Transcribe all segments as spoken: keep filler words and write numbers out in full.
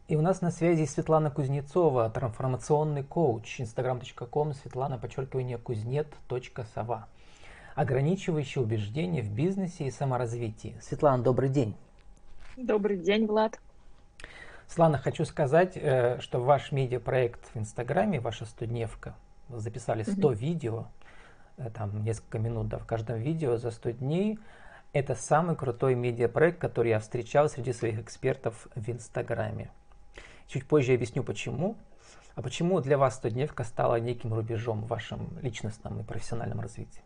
И у нас на связи Светлана Кузнецова, трансформационный коуч, инстаграм точка ком, Светлана, подчеркивание, кузнет точка сова. Ограничивающие убеждения в бизнесе и саморазвитии. Светлана, добрый день. Добрый день, Влад. Светлана, хочу сказать, что ваш медиапроект в Инстаграме, ваша стодневка, вы записали сто Мгм. видео, там несколько минут, да, в каждом видео за сто дней. Это самый крутой медиапроект, который я встречал среди своих экспертов в Инстаграме. Чуть позже я объясню, почему. А почему для вас стодневка стала неким рубежом в вашем личностном и профессиональном развитии?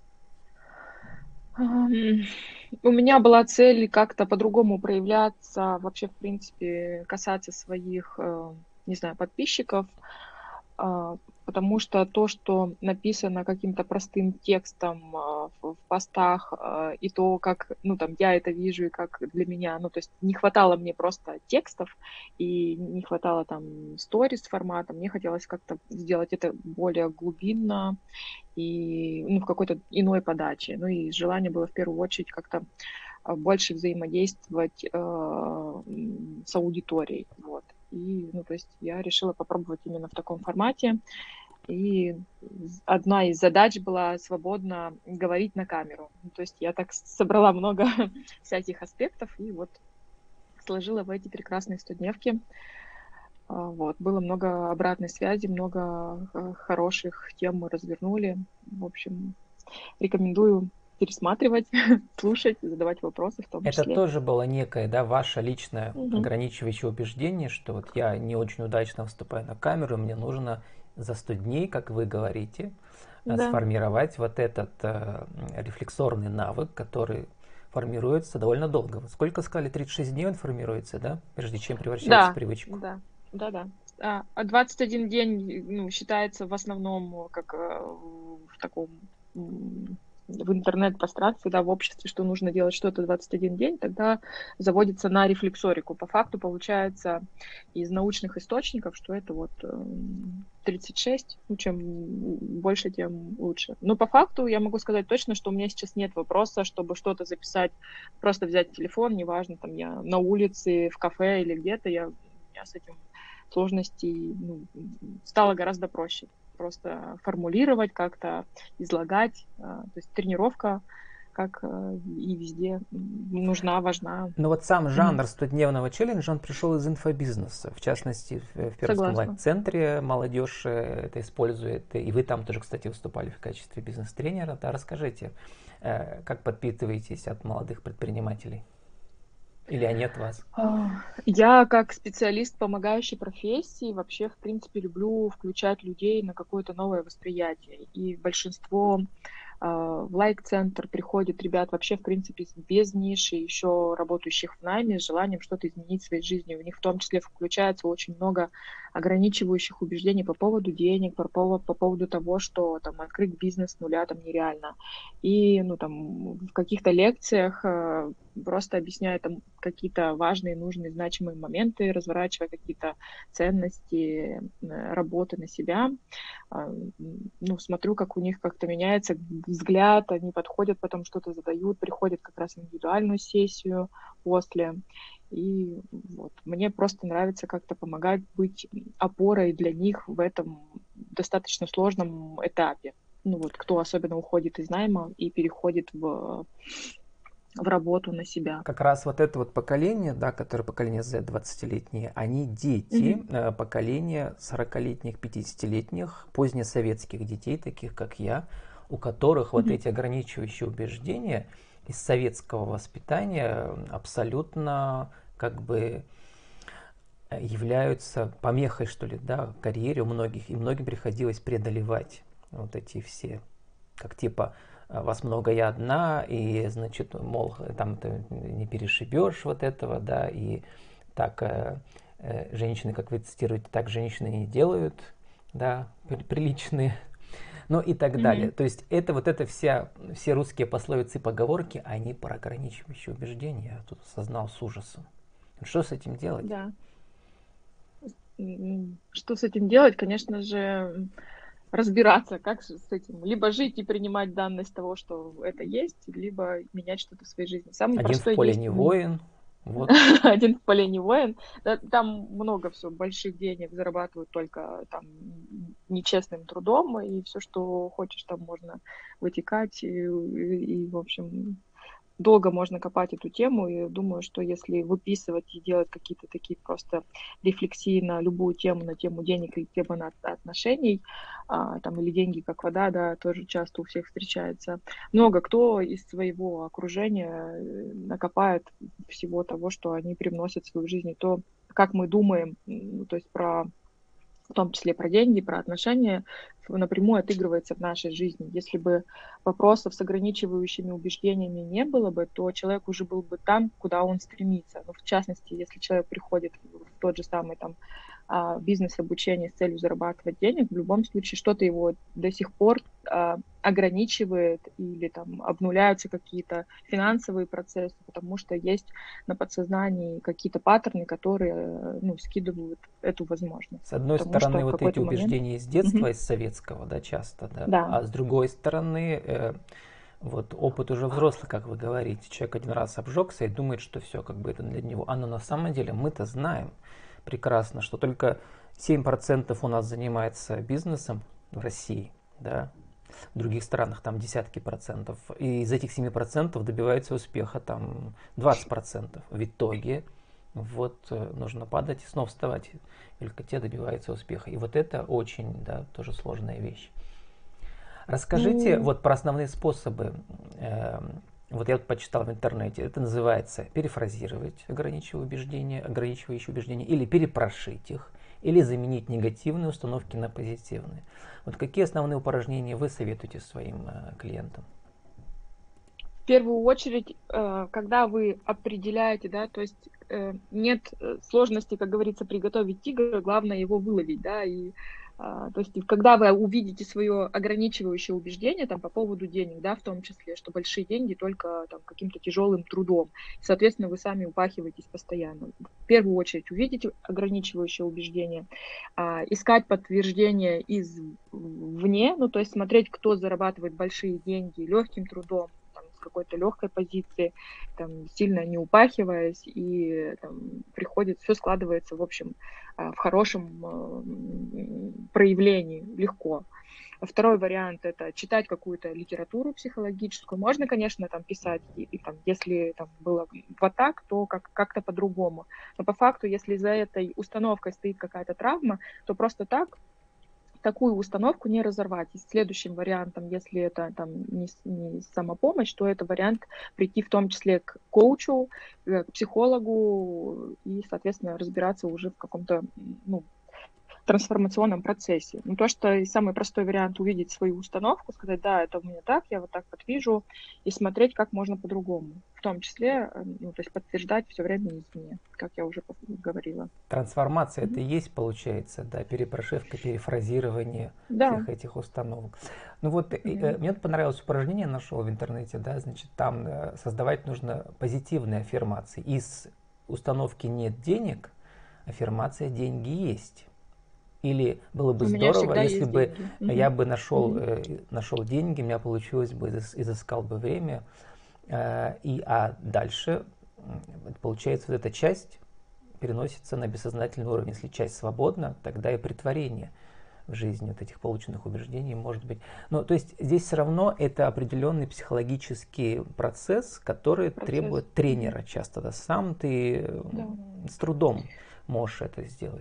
Ам, У меня была цель как-то по-другому проявляться, вообще, в принципе, касаться своих, э, не знаю, подписчиков, а, потому что то, что написано каким-то простым текстом а, в, в постах, а, и то, как, ну, там, я это вижу, и как для меня, ну, то есть не хватало мне просто текстов, и не хватало там сторис формата, мне хотелось как-то сделать это более глубинно, и, ну, в какой-то иной подаче. Ну и желание было в первую очередь как-то а, больше взаимодействовать э, м, с аудиторией. Вот. И, ну, то есть я решила попробовать именно в таком формате. И одна из задач была свободно говорить на камеру. Ну, то есть я так собрала много всяких аспектов и вот сложила в эти прекрасные стодневки. А, Вот. Было много обратной связи, много э, хороших тем мы развернули. В общем, рекомендую пересматривать, слушать, задавать вопросы в том Это числе. тоже было некое, да, ваше личное Мгм. ограничивающее убеждение, что вот я не очень удачно выступаю на камеру, мне нужно за сто дней, как вы говорите, э, Да, сформировать вот этот э, рефлексорный навык, который формируется довольно долго. Вы сколько сказали, тридцать шесть дней он формируется, да, прежде чем превращается в да, привычку? да, да, да. А а двадцать один день, ну, считается в основном э, как э, в таком м, в интернет-пространстве, да, в обществе, что нужно делать что-то двадцать один день, тогда заводится на рефлексорику. По факту получается из научных источников, что это вот эм, тридцать шесть, ну, чем больше, тем лучше. Но по факту я могу сказать точно, что у меня сейчас нет вопроса, чтобы что-то записать, просто взять телефон, неважно, там я на улице, в кафе или где-то, я, у меня с этим сложностей, ну, стало гораздо проще. Просто формулировать как-то, излагать. а, То есть тренировка, как э, и везде, м, нужна, важна. Но вот сам Мгм. жанр стодневного челленджа, он пришел из инфобизнеса. В частности, в в Пермском Согласна. лайф-центре молодежь э, это использует. И вы там тоже, кстати, выступали в качестве бизнес-тренера. Да, расскажите, э, как подпитываетесь от молодых предпринимателей? Или они от вас? А, Я как специалист помогающей профессии вообще, в принципе, люблю включать людей на какое-то новое восприятие. И большинство а, в лайк-центр приходят ребят вообще, в принципе, без ниши, еще работающих в найме, с желанием что-то изменить в своей жизни. У них в том числе включается очень много ограничивающих убеждений по поводу денег, по поводу, по поводу того, что там открыть бизнес с нуля там нереально. И ну, там, в каких-то лекциях э, просто объясняю там какие-то важные, нужные, значимые моменты, разворачивая какие-то ценности, э, работы на себя. А, ну, смотрю, как у них как-то меняется взгляд, они подходят, потом что-то задают, приходят как раз в индивидуальную сессию после. И вот мне просто нравится как-то помогать быть опорой для них в этом достаточно сложном этапе. Ну вот кто особенно уходит из найма и переходит в, в работу на себя. Как раз вот это вот поколение, да, которое поколение Z, двадцатилетние, они дети Мгм. э, поколения сорокалетних, пятидесятилетних, позднесоветских детей, таких как я, у которых вот Мгм. эти ограничивающие убеждения из советского воспитания абсолютно как бы э, являются помехой, что ли, да, карьере у многих, и многим приходилось преодолевать вот эти все, как типа э, вас много, я одна, и, значит, мол, там ты не перешибешь вот этого, да, и так э, э, женщины, как вы цитируете, так женщины не делают, да, при- приличные, ну и так далее. Мгм. То есть это вот это вся, все русские пословицы и поговорки, они про ограничивающие убеждения, я тут осознал с ужасом. Что с этим делать? Да. М, Что с этим делать? Конечно же, м, разбираться, как с с этим. Либо жить и принимать данность того, что это есть, либо менять что-то в своей жизни. Самый Один в простой поле есть не м, воин, Вот. Один в поле не воин. Да, там много всё, больших денег зарабатывают только там нечестным трудом, и все, что хочешь, там можно вытекать. И и, и, в общем, долго можно копать эту тему. И думаю, что если выписывать и делать какие-то такие просто рефлексии на любую тему, на тему денег или тему на отношений, а, там, или деньги как вода, да, тоже часто у всех встречается. Много кто из своего окружения, э, накопает всего того, что они привносят в свою жизнь. И то, как мы думаем, м, то есть про в том числе про деньги, про отношения, напрямую отыгрывается в нашей жизни. Если бы вопросов с ограничивающими убеждениями не было бы, то человек уже был бы там, куда он стремится. Ну, в частности, если человек приходит в тот же самый там а, бизнес-обучение с целью зарабатывать денег, в любом случае что-то его до сих пор а, ограничивает или там обнуляются какие-то финансовые процессы, потому что есть на подсознании какие-то паттерны, которые, ну, скидывают эту возможность. С одной Потому что стороны, в вот эти какой-то момент. убеждения из детства, Мгм. из советского, да, часто, да, Да. а с другой стороны, э, вот опыт уже взрослый, как вы говорите. Человек один раз обжегся и думает, что все, как бы это для него. А но на самом деле мы-то знаем прекрасно, что только семь процентов у нас занимается бизнесом в России, да, в других странах там десятки процентов. И из этих семи процентов добивается успеха там двадцать процентов. В итоге вот э, нужно падать и снова вставать. И только те добиваются успеха. И вот это очень, да, тоже сложная вещь. Расскажите Ну, вот про основные способы. Эм, Вот я вот почитал в интернете. Это называется перефразировать ограничивающие убеждения, ограничивающие убеждения, или перепрошить их, или заменить негативные установки на позитивные. Вот какие основные упражнения вы советуете своим э, клиентам? в первую очередь, э, когда вы определяете, да, то есть э, нет э, сложности, как говорится, приготовить тигра, главное его выловить, да, и а, то есть и когда вы увидите свое ограничивающее убеждение там по поводу денег, да, в том числе, что большие деньги только там каким-то тяжелым трудом, соответственно, вы сами упахиваетесь постоянно. В первую очередь увидите ограничивающее убеждение, а, искать подтверждение извне, ну, то есть смотреть, кто зарабатывает большие деньги легким трудом, там, с какой-то легкой позиции, там, сильно не упахиваясь, и там, приходит, все складывается, в общем, а, в хорошем э, проявлении, легко. Второй вариант — это читать какую-то литературу психологическую. Можно, конечно, там писать, и, и там, если там было вот так, то как, как-то по-другому. Но по факту, если за этой установкой стоит какая-то травма, то просто так такую установку не разорвать. И следующим вариантом, если это там не, не самопомощь, то это вариант прийти в том числе к коучу, э, к психологу и, соответственно, разбираться уже в каком-то, ну, трансформационном процессе. Ну, то, что и самый простой вариант — увидеть свою установку, сказать: да, это у меня так, я вот так вот вижу, и смотреть, как можно по-другому. В том числе, э, ну, то есть подтверждать все время извне, как я уже говорила. Трансформация это Мгм. и есть, получается, да, перепрошивка, перефразирование Да. всех этих установок. Ну вот, э, э, Мгм. мне понравилось упражнение, нашел в интернете, да, значит, там э, создавать нужно позитивные аффирмации. Из установки «нет денег» аффирмация «деньги есть». Или было бы У меня здорово, всегда если есть бы деньги. я Мгм. бы нашел, Мгм. э, нашел деньги, у меня получилось бы, изыс- изыскал бы время, э, и, а дальше, м, получается, вот эта часть переносится на бессознательный уровень. Если часть свободна, тогда и претворение в жизни вот этих полученных убеждений может быть. Но то есть здесь все равно это определенный психологический процесс, который Процесс. требует Мгм. тренера часто. Да, сам ты Да. м, с трудом можешь это сделать.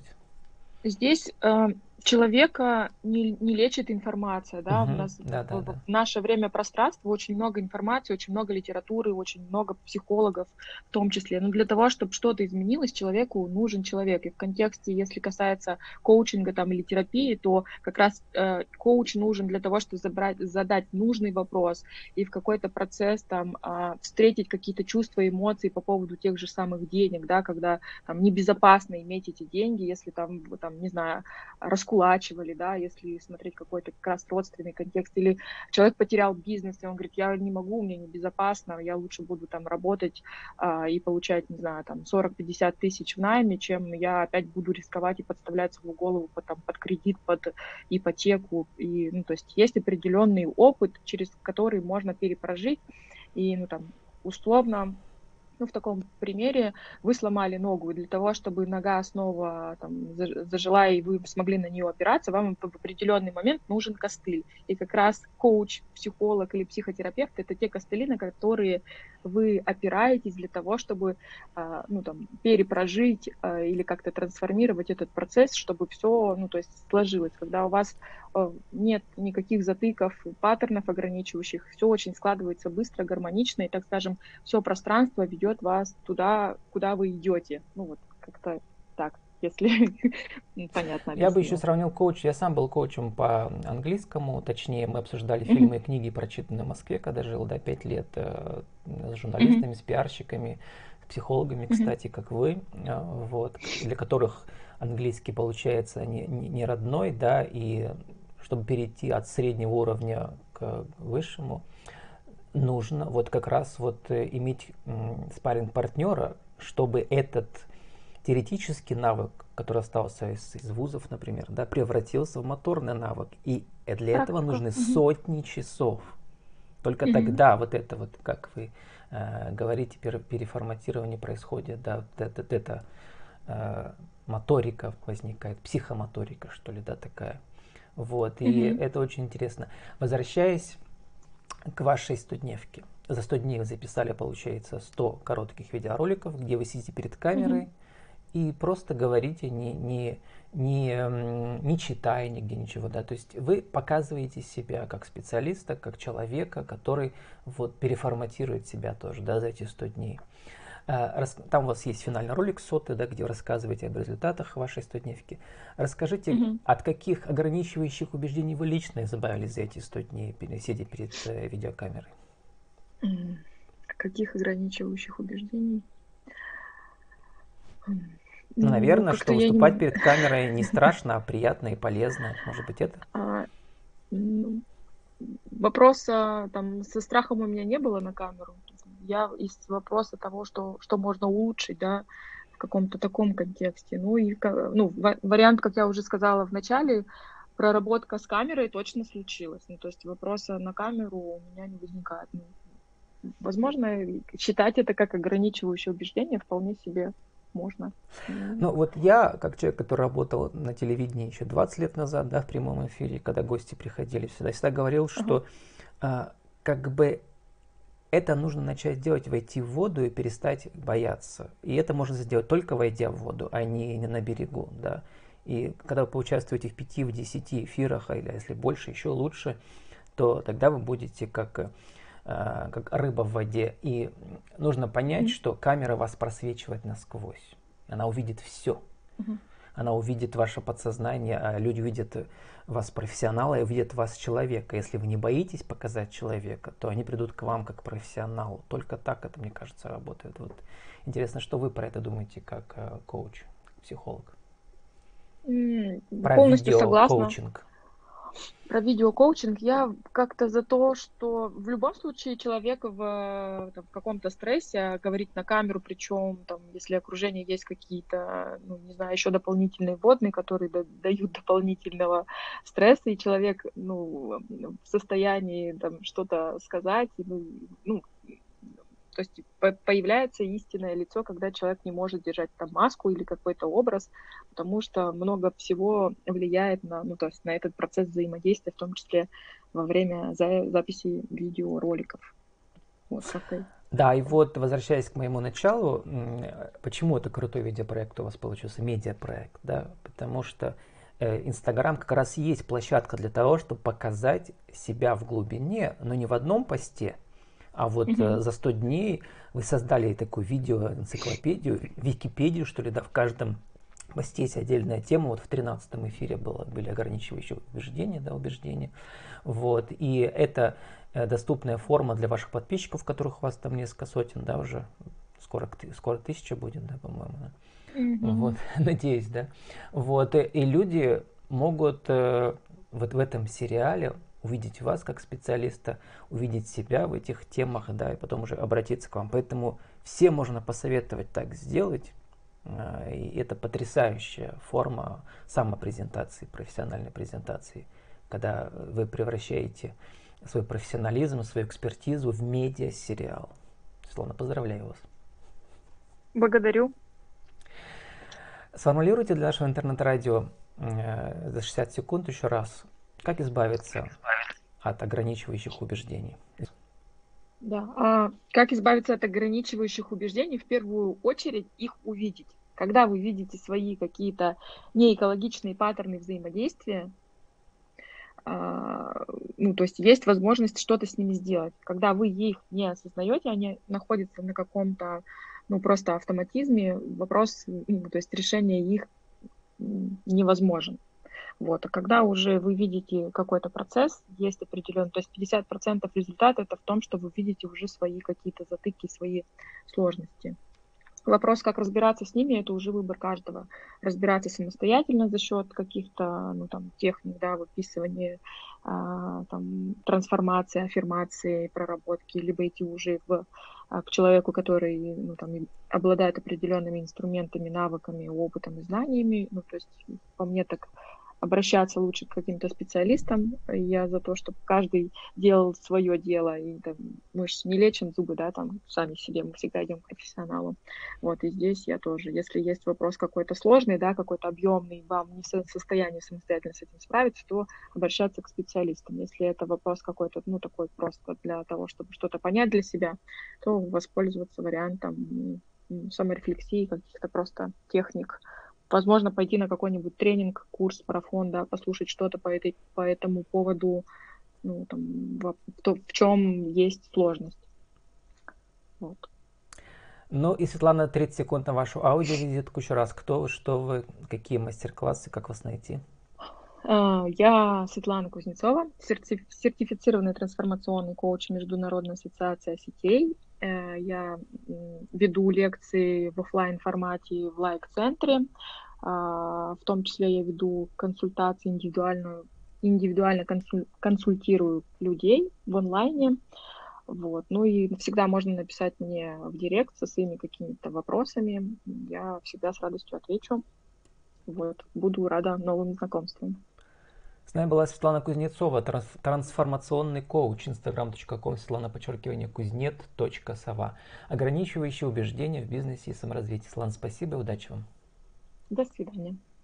Здесь, э, человека не не лечит информация, да. В Мгм. нас Да, в да, в да. в наше время пространства очень много информации, очень много литературы, очень много психологов в том числе. Но для того, чтобы что-то изменилось, человеку нужен человек. И в контексте, если касается коучинга там или терапии, то как раз, э, коуч нужен для того, чтобы забрать задать нужный вопрос и в какой-то процесс там, а, встретить какие-то чувства, эмоции по поводу тех же самых денег, да, когда там небезопасно иметь эти деньги, если там, вы там, не знаю, раскулачивали, да, если смотреть какой-то как раз родственный контекст, или человек потерял бизнес, и он говорит: я не могу, мне небезопасно, я лучше буду там работать а, и получать, не знаю, там сорок-пятьдесят тысяч в найме, чем я опять буду рисковать и подставлять свою голову под, там, под кредит, под ипотеку. И, ну, то есть есть определенный опыт, через который можно перепрожить, и, ну, там, условно, Ну, в таком примере вы сломали ногу, и для того, чтобы нога снова там заж- зажила, и вы смогли на нее опираться, вам в определенный момент нужен костыль. И как раз коуч, психолог или психотерапевт — это те костыли, на которые вы опираетесь для того, чтобы а, ну, там, перепрожить а, или как-то трансформировать этот процесс, чтобы все, ну, то есть сложилось. Когда у вас э, нет никаких затыков, паттернов ограничивающих, все очень складывается быстро, гармонично, и, так скажем, все пространство ведет вас туда, куда вы идете. Ну вот как-то так, если понятно Я бы еще объяснила. сравнил коуч, я сам был коучем по английскому, точнее мы обсуждали Мгм, фильмы и книги, прочитанные в Москве, когда жил, да, пять лет, э, с мгм, журналистами, с пиарщиками, с психологами, мгм, кстати, как вы, э, вот, для которых английский получается не, не, не родной, да, и чтобы перейти от среднего уровня к высшему, нужно вот как раз вот э, иметь спарринг-партнера, чтобы этот теоретический навык, который остался из, из вузов, например, да, превратился в моторный навык. И для этого практика. нужны Мгм, сотни часов. Только мгм, тогда вот это вот, как вы э, говорите, пере- переформатирование происходит, да, вот это, вот это э, моторика возникает, психомоторика, что ли, да, такая. Вот, и мгм, это очень интересно. Возвращаясь к вашей стодневке. За сто дней вы записали, получается, сто коротких видеороликов, где вы сидите перед мгм, камерой и просто говорите, не, не, не, м, не читая нигде ничего. Да? То есть вы показываете себя как специалиста, как человека, который вот переформатирует себя тоже, да, за эти сто дней. А, рас- Там у вас есть финальный ролик сотый, да, где вы рассказываете об результатах вашей стодневки. Расскажите, мгм. от каких ограничивающих убеждений вы лично избавились за эти сто дней, пере- сидя перед э, видеокамерой? М, Каких ограничивающих убеждений? М, Ну, Ну, наверное, как-то что я выступать не... перед камерой не страшно, а приятно и полезно. Может быть, это? а, ну, Вопроса там со страхом у меня не было на камеру. Я из вопроса того, что, что можно улучшить, да, в каком-то таком контексте. Ну и ка- ну, ва- вариант, как я уже сказала в начале, проработка с камерой точно случилась. Ну, то есть вопроса на камеру у меня не возникает. Ну, возможно, и считать это как ограничивающее убеждение вполне себе можно. Ну, Ну, вот я, как человек, который работал на телевидении еще двадцать лет назад, да, в прямом эфире, когда гости приходили сюда, всегда говорил, ага. что а, как бы это нужно начать делать, войти в воду и перестать бояться. И это можно сделать только войдя в воду, а не, не на берегу, да. И когда вы поучаствуете в пяти, в десяти эфирах, или если больше, еще лучше, то тогда вы будете как, э, как рыба в воде. И нужно понять, Мгм, что камера вас просвечивает насквозь. Она увидит все. мгм, Она увидит ваше подсознание, а люди видят вас профессионала и увидят вас человека. Если вы не боитесь показать человека, то они придут к вам как профессионалу. Только так это, мне кажется, работает. Вот интересно, что вы про это думаете как э, коуч, психолог? М, Про Полностью согласна. видео-коучинг. Про видеокоучинг я как-то за то, что в любом случае человек в, там, в каком-то стрессе, говорить на камеру, причем там, если окружение есть какие-то, ну, не знаю, еще дополнительные водные, которые да- дают дополнительного стресса, и человек, ну, в состоянии там что-то сказать, и, ну, ну, то есть по- появляется истинное лицо, когда человек не может держать там маску или какой-то образ, потому что много всего влияет на, ну, то есть на этот процесс взаимодействия, в том числе во время за- записи видеороликов. Вот как-то Да, и так. вот возвращаясь к моему началу, почему это крутой видеопроект у вас получился, медиапроект, да, потому что э, Инстаграм как раз и есть площадка для того, чтобы показать себя в глубине, но не в одном посте, а вот Мгм. э, за сто дней вы создали такую видеоэнциклопедию, Википедию, что ли, да, в каждом посте есть отдельная тема. Вот в тринадцатом эфире было, были ограничивающие убеждения, да, убеждения. Вот, и это э, доступная форма для ваших подписчиков, которых у вас там несколько сотен, да, уже скоро, скоро тысяча будет, да, по-моему, да? Вот, Мгм. надеюсь, да. Вот, э, и люди могут э, вот в этом сериале увидеть вас как специалиста, увидеть себя в этих темах, да, и потом уже обратиться к вам. Поэтому всем можно посоветовать так сделать. Э, И это потрясающая форма самопрезентации, профессиональной презентации, когда вы превращаете свой профессионализм, свою экспертизу в медиа-сериал. Словно поздравляю вас. Благодарю. Сформулируйте для нашего интернет-радио э, за шестьдесят секунд еще раз, как избавиться от ограничивающих убеждений. Да. А как избавиться от ограничивающих убеждений? В первую очередь их увидеть. Когда вы видите свои какие-то неэкологичные паттерны взаимодействия, а, ну, то есть есть возможность что-то с ними сделать. Когда вы их не осознаете, они находятся на каком-то, ну, просто автоматизме, вопрос, ну, то есть решение их м, невозможен. Вот. А когда уже вы видите какой-то процесс, есть определенный, то есть пятьдесят процентов результата это в том, что вы видите уже свои какие-то затыки, свои сложности. Вопрос, как разбираться с ними, это уже выбор каждого. Разбираться самостоятельно за счет каких-то, ну, там, техник, да, выписывания, а, там, трансформации, аффирмации, проработки, либо идти уже в, а, к человеку, который, ну, там, обладает определенными инструментами, навыками, опытом и знаниями. Ну, то есть, по мне, так обращаться лучше к каким-то специалистам. Я за то, чтобы каждый делал свое дело. И там, мы же не лечим зубы, да, там сами себе, мы всегда идем к профессионалу. Вот, и здесь я тоже. Если есть вопрос какой-то сложный, да, какой-то объемный, вам не в состоянии самостоятельно с этим справиться, то обращаться к специалистам. Если это вопрос какой-то, ну, такой просто для того, чтобы что-то понять для себя, то воспользоваться вариантом саморефлексии, каких-то просто техник. Возможно, пойти на какой-нибудь тренинг, курс, марафон, да, послушать что-то по, этой, по этому поводу, ну, там, в, в, в чем есть сложность. Вот. Ну и, Светлана, тридцать секунд на вашу аудиовизитку еще раз. Кто вы, что вы, какие мастер-классы, как вас найти? Я Светлана Кузнецова, сертифицированный трансформационный коуч Международной ассоциации сетей. Я веду лекции в офлайн формате в лайк-центре. В том числе я веду консультации индивидуальную, индивидуально консультирую людей в онлайне. Вот. Ну и всегда можно написать мне в директ со своими какими-то вопросами. Я всегда с радостью отвечу. Вот. Буду рада новым знакомствам. С нами была Светлана Кузнецова, трансформационный коуч, инстаграм точка ком, Светлана, подчеркивание, кузнет точка сова. Ограничивающие убеждения в бизнесе и саморазвитии. Светлана, спасибо и удачи вам. До свидания.